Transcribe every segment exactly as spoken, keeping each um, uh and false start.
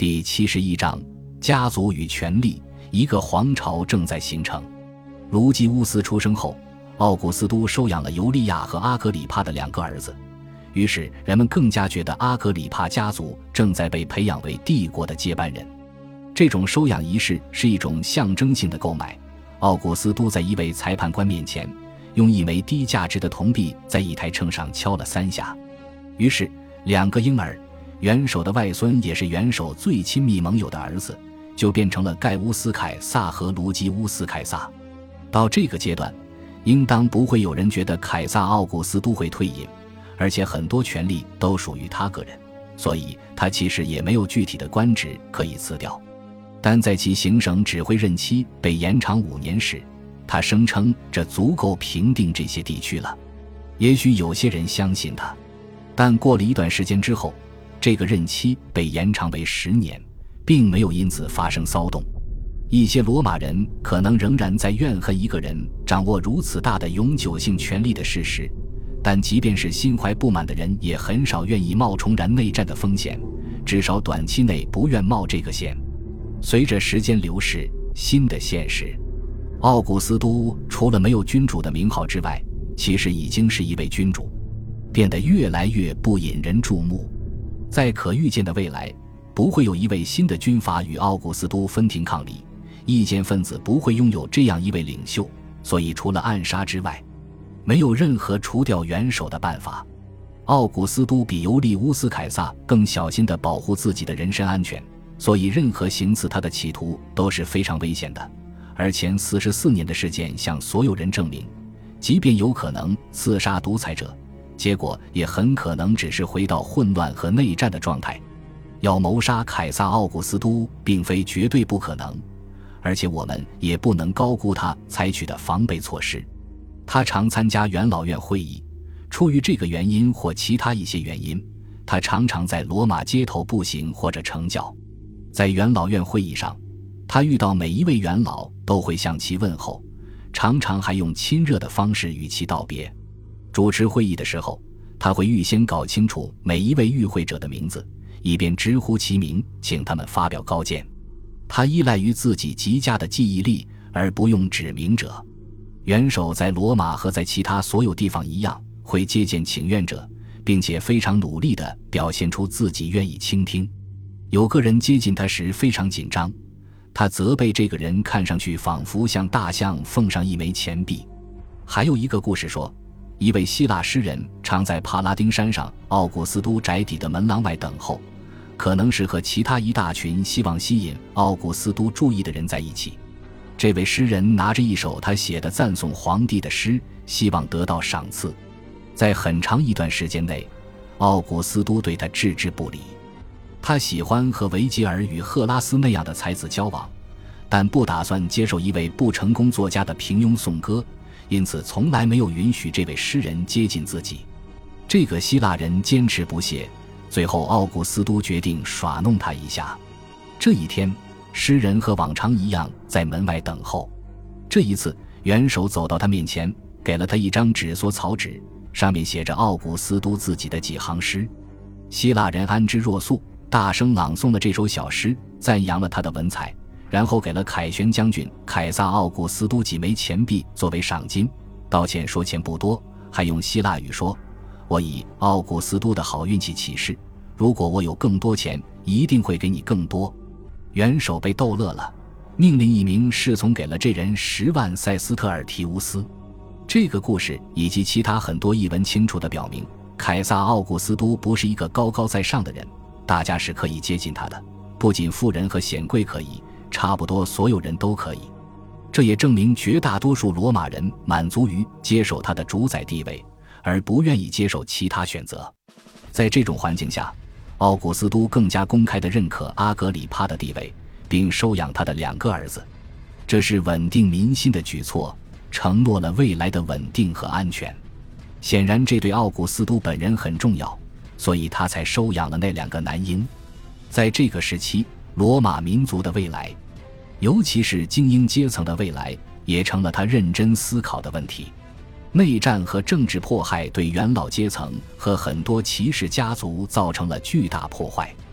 第七十一章，家族与权力，一个皇朝正在形成。卢基乌斯出生后，奥古斯都收养了尤利亚和阿格里帕的两个儿子，于是人们更加觉得阿格里帕家族正在被培养为帝国的接班人。这种收养仪式是一种象征性的购买，奥古斯都在一位裁判官面前用一枚低价值的铜币在一台秤上敲了三下，于是两个婴儿，元首的外孙也是元首最亲密盟友的儿子，就变成了盖乌斯凯撒和卢基乌斯凯撒。到这个阶段，应当不会有人觉得凯撒奥古斯都会退隐，而且很多权力都属于他个人，所以他其实也没有具体的官职可以辞掉。但在其行省指挥任期被延长五年时，他声称这足够平定这些地区了。也许有些人相信他，但过了一段时间之后，这个任期被延长为十年，并没有因此发生骚动。一些罗马人可能仍然在怨恨一个人掌握如此大的永久性权力的事实，但即便是心怀不满的人也很少愿意冒重燃内战的风险，至少短期内不愿冒这个险。随着时间流逝，新的现实，奥古斯都除了没有君主的名号之外，其实已经是一位君主，变得越来越不引人注目。在可预见的未来，不会有一位新的军阀与奥古斯都分庭抗礼，意见分子不会拥有这样一位领袖，所以除了暗杀之外，没有任何除掉元首的办法。奥古斯都比尤利乌斯凯撒更小心地保护自己的人身安全，所以任何行刺他的企图都是非常危险的。而前四十四年的事件向所有人证明，即便有可能刺杀独裁者，结果也很可能只是回到混乱和内战的状态。要谋杀凯撒奥古斯都并非绝对不可能，而且我们也不能高估他采取的防备措施。他常参加元老院会议，出于这个原因或其他一些原因，他常常在罗马街头步行或者乘轿。在元老院会议上，他遇到每一位元老都会向其问候，常常还用亲热的方式与其道别。主持会议的时候，他会预先搞清楚每一位与会者的名字，以便直呼其名，请他们发表高见。他依赖于自己极佳的记忆力，而不用指名者。元首在罗马和在其他所有地方一样，会接见请愿者，并且非常努力地表现出自己愿意倾听。有个人接近他时非常紧张，他责备这个人看上去仿佛像大象奉上一枚钱币。还有一个故事说，一位希腊诗人常在帕拉丁山上奥古斯都宅邸的门廊外等候，可能是和其他一大群希望吸引奥古斯都注意的人在一起。这位诗人拿着一首他写的赞颂皇帝的诗，希望得到赏赐。在很长一段时间内，奥古斯都对他置之不理。他喜欢和维吉尔与赫拉斯那样的才子交往，但不打算接受一位不成功作家的平庸颂歌，因此从来没有允许这位诗人接近自己。这个希腊人坚持不懈，最后奥古斯都决定耍弄他一下。这一天，诗人和往常一样在门外等候。这一次，元首走到他面前，给了他一张纸缩草纸，上面写着奥古斯都自己的几行诗。希腊人安之若素大声朗诵了这首小诗，赞扬了他的文采，然后给了凯旋将军凯撒奥古斯都几枚钱币作为赏金，道歉说钱不多，还用希腊语说，我以奥古斯都的好运气起誓，如果我有更多钱，一定会给你更多。元首被逗乐了，命令一名侍从给了这人十万塞斯特尔提乌斯。这个故事以及其他很多一文清楚地表明，凯撒奥古斯都不是一个高高在上的人，大家是可以接近他的，不仅富人和显贵可以，差不多所有人都可以。这也证明绝大多数罗马人满足于接受他的主宰地位，而不愿意接受其他选择。在这种环境下，奥古斯都更加公开地认可阿格里帕的地位，并收养他的两个儿子。这是稳定民心的举措，承诺了未来的稳定和安全。显然这对奥古斯都本人很重要，所以他才收养了那两个男婴。在这个时期，罗马民族的未来，尤其是精英阶层的未来，也成了他认真思考的问题。内战和政治迫害对元老阶层和很多骑士家族造成了巨大破坏。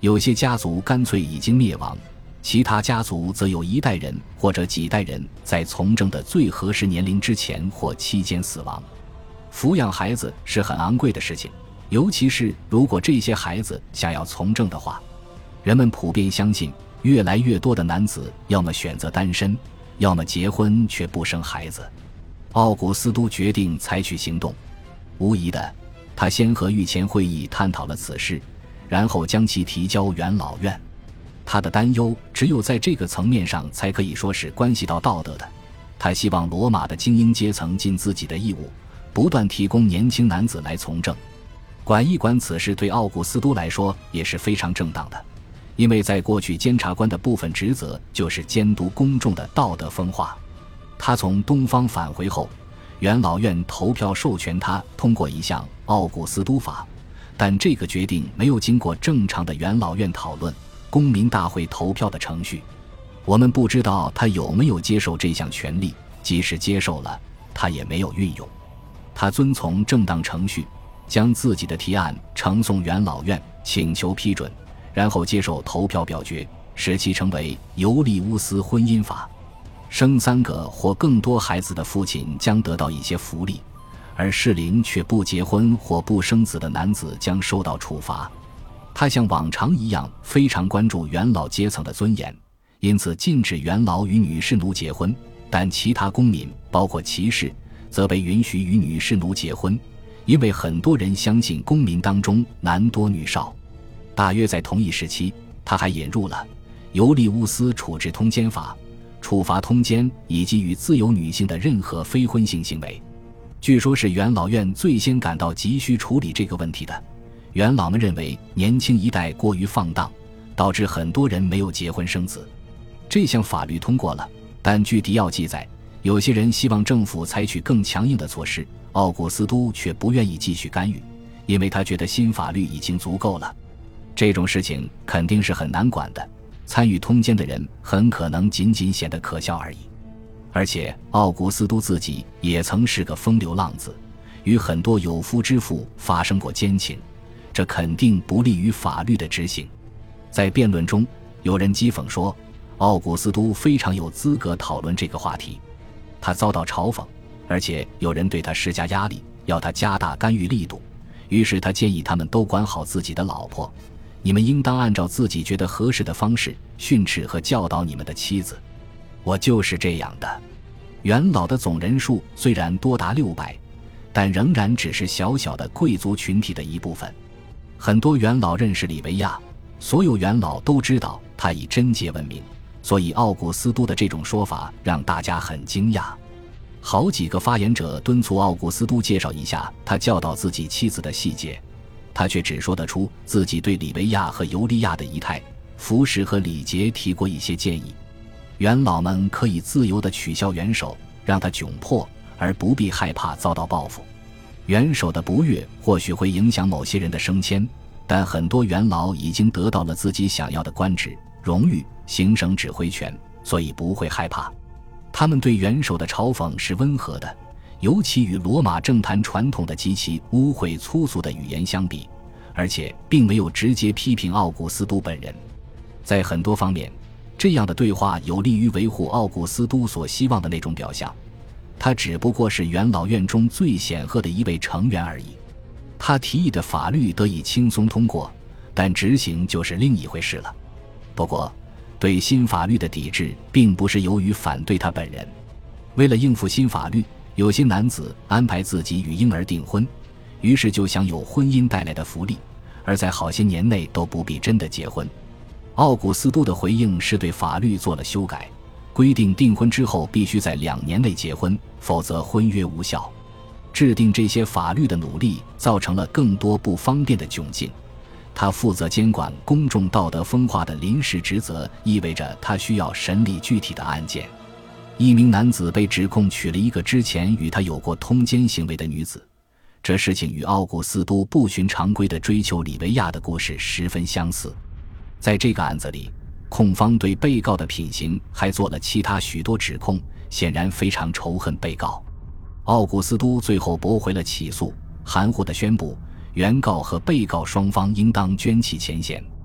有些家族干脆已经灭亡，其他家族则有一代人或者几代人在从政的最合适年龄之前或期间死亡。抚养孩子是很昂贵的事情，尤其是如果这些孩子想要从政的话。人们普遍相信，越来越多的男子要么选择单身，要么结婚却不生孩子。奥古斯都决定采取行动。无疑的，他先和御前会议探讨了此事，然后将其提交元老院。他的担忧只有在这个层面上才可以说是关系到道德的。他希望罗马的精英阶层尽自己的义务，不断提供年轻男子来从政。管一管此事对奥古斯都来说也是非常正当的，因为在过去监察官的部分职责就是监督公众的道德风化。他从东方返回后，元老院投票授权他通过一项奥古斯都法，但这个决定没有经过正常的元老院讨论、公民大会投票的程序。我们不知道他有没有接受这项权利，即使接受了，他也没有运用。他遵从正当程序，将自己的提案呈送元老院，请求批准，然后接受投票表决，使其成为尤利乌斯婚姻法。生三个或更多孩子的父亲将得到一些福利，而适龄却不结婚或不生子的男子将受到处罚。他像往常一样非常关注元老阶层的尊严，因此禁止元老与女士奴结婚，但其他公民包括骑士则被允许与女士奴结婚，因为很多人相信公民当中男多女少。大约在同一时期，他还引入了尤利乌斯处置通奸法，处罚通奸以及与自由女性的任何非婚性行为。据说是元老院最先感到急需处理这个问题的。元老们认为年轻一代过于放荡，导致很多人没有结婚生子。这项法律通过了，但据迪奥记载，有些人希望政府采取更强硬的措施，奥古斯都却不愿意继续干预，因为他觉得新法律已经足够了。这种事情肯定是很难管的，参与通奸的人很可能仅仅显得可笑而已。而且奥古斯都自己也曾是个风流浪子，与很多有夫之妇发生过奸情，这肯定不利于法律的执行。在辩论中，有人讥讽说，奥古斯都非常有资格讨论这个话题。他遭到嘲讽，而且有人对他施加压力，要他加大干预力度。于是他建议他们都管好自己的老婆，你们应当按照自己觉得合适的方式训斥和教导你们的妻子。我就是这样的。元老的总人数虽然多达六百，但仍然只是小小的贵族群体的一部分。很多元老认识里维亚，所有元老都知道他以贞洁闻名，所以奥古斯都的这种说法让大家很惊讶。好几个发言者敦促奥古斯都介绍一下他教导自己妻子的细节，他却只说得出自己对里维亚和尤利亚的仪态、服饰和礼节提过一些建议。元老们可以自由地取消元首，让他窘迫，而不必害怕遭到报复。元首的不悦或许会影响某些人的升迁，但很多元老已经得到了自己想要的官职、荣誉、行省指挥权，所以不会害怕。他们对元首的嘲讽是温和的，尤其与罗马政坛传统的极其污秽粗俗的语言相比，而且并没有直接批评奥古斯都本人。在很多方面，这样的对话有利于维护奥古斯都所希望的那种表象。他只不过是元老院中最显赫的一位成员而已。他提议的法律得以轻松通过，但执行就是另一回事了。不过，对新法律的抵制并不是由于反对他本人。为了应付新法律，有些男子安排自己与婴儿订婚，于是就享有婚姻带来的福利，而在好些年内都不必真的结婚。奥古斯都的回应是对法律做了修改，规定订婚之后必须在两年内结婚，否则婚约无效。制定这些法律的努力造成了更多不方便的窘境。他负责监管公众道德风化的临时职责意味着他需要审理具体的案件。一名男子被指控娶了一个之前与他有过通奸行为的女子，这事情与奥古斯都不循常规的追求里维亚的故事十分相似。在这个案子里，控方对被告的品行还做了其他许多指控，显然非常仇恨被告。奥古斯都最后驳回了起诉，含糊地宣布原告和被告双方应当捐弃前嫌。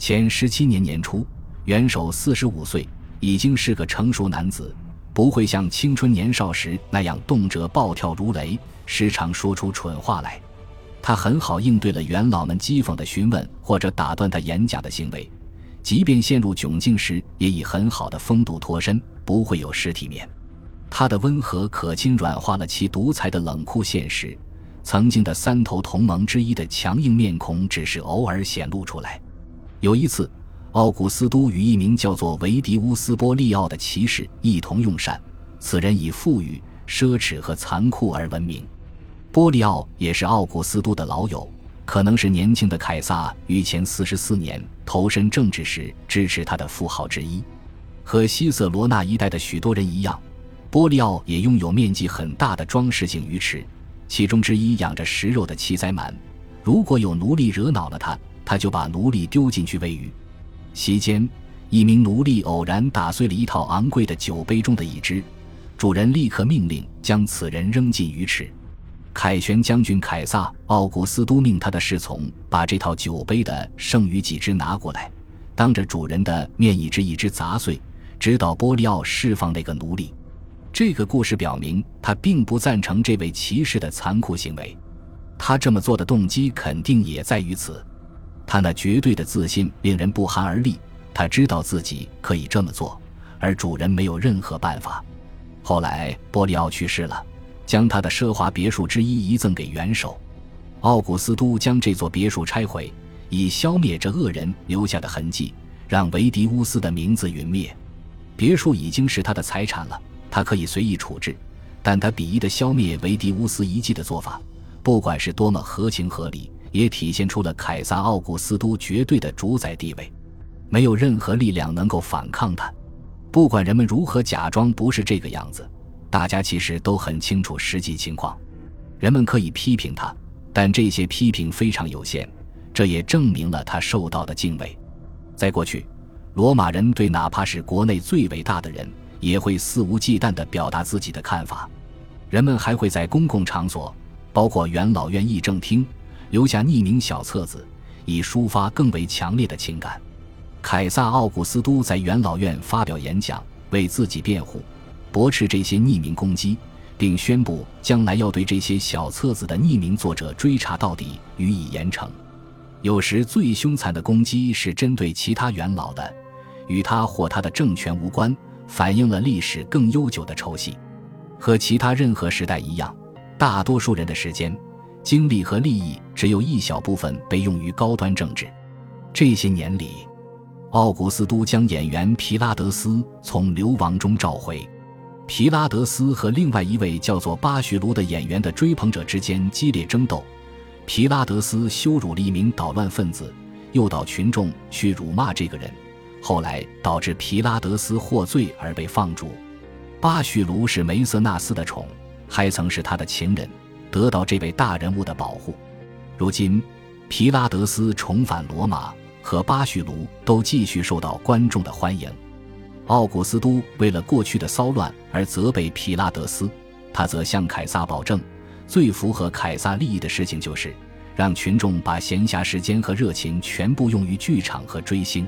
前十七年年初，元首四十五岁，已经是个成熟男子，不会像青春年少时那样动辄暴跳如雷，时常说出蠢话来。他很好应对了元老们讥讽的询问或者打断他演讲的行为，即便陷入窘境时也以很好的风度脱身，不会有失体面。他的温和可亲软化了其独裁的冷酷现实，曾经的三头同盟之一的强硬面孔只是偶尔显露出来。有一次，奥古斯都与一名叫做维迪乌斯·波利奥的骑士一同用膳，此人以富裕、奢侈和残酷而闻名。波利奥也是奥古斯都的老友，可能是年轻的凯撒于前四十四年投身政治时支持他的富豪之一。和西塞罗那一带的许多人一样，波利奥也拥有面积很大的装饰性鱼池，其中之一养着食肉的奇哉鳗，如果有奴隶惹恼了他，他就把奴隶丢进去喂鱼。席间，一名奴隶偶然打碎了一套昂贵的酒杯中的一只，主人立刻命令将此人扔进鱼池。凯旋将军凯撒·奥古斯都命他的侍从把这套酒杯的剩余几只拿过来，当着主人的面一只一只砸碎，直到波利奥释放那个奴隶。这个故事表明，他并不赞成这位骑士的残酷行为，他这么做的动机肯定也在于此。他那绝对的自信令人不寒而栗，他知道自己可以这么做，而主人没有任何办法。后来波利奥去世了，将他的奢华别墅之一遗赠给元首。奥古斯都将这座别墅拆毁，以消灭这恶人留下的痕迹，让维迪乌斯的名字陨灭。别墅已经是他的财产了，他可以随意处置，但他鄙夷的消灭维迪乌斯遗迹的做法，不管是多么合情合理，也体现出了凯撒奥古斯都绝对的主宰地位，没有任何力量能够反抗他。不管人们如何假装不是这个样子，大家其实都很清楚实际情况。人们可以批评他，但这些批评非常有限，这也证明了他受到的敬畏。在过去，罗马人对哪怕是国内最伟大的人，也会肆无忌惮地表达自己的看法。人们还会在公共场所，包括元老院议政厅，留下匿名小册子，以抒发更为强烈的情感。凯撒奥古斯都在元老院发表演讲，为自己辩护，驳斥这些匿名攻击，并宣布将来要对这些小册子的匿名作者追查到底，予以严惩。有时最凶残的攻击是针对其他元老的，与他或他的政权无关，反映了历史更悠久的丑习。和其他任何时代一样，大多数人的时间、精力和利益只有一小部分被用于高端政治。这些年里，奥古斯都将演员皮拉德斯从流亡中召回。皮拉德斯和另外一位叫做巴许卢的演员的追捧者之间激烈争斗，皮拉德斯羞辱了一名捣乱分子，诱导群众去辱骂这个人，后来导致皮拉德斯获罪而被放逐。巴许卢是梅瑟纳斯的宠，还曾是他的情人，得到这位大人物的保护。如今皮拉德斯重返罗马，和巴许卢都继续受到观众的欢迎。奥古斯都为了过去的骚乱而责备皮拉德斯，他则向凯撒保证，最符合凯撒利益的事情就是让群众把闲暇时间和热情全部用于剧场和追星。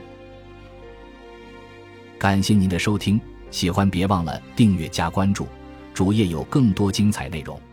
感谢您的收听，喜欢别忘了订阅加关注，主页有更多精彩内容。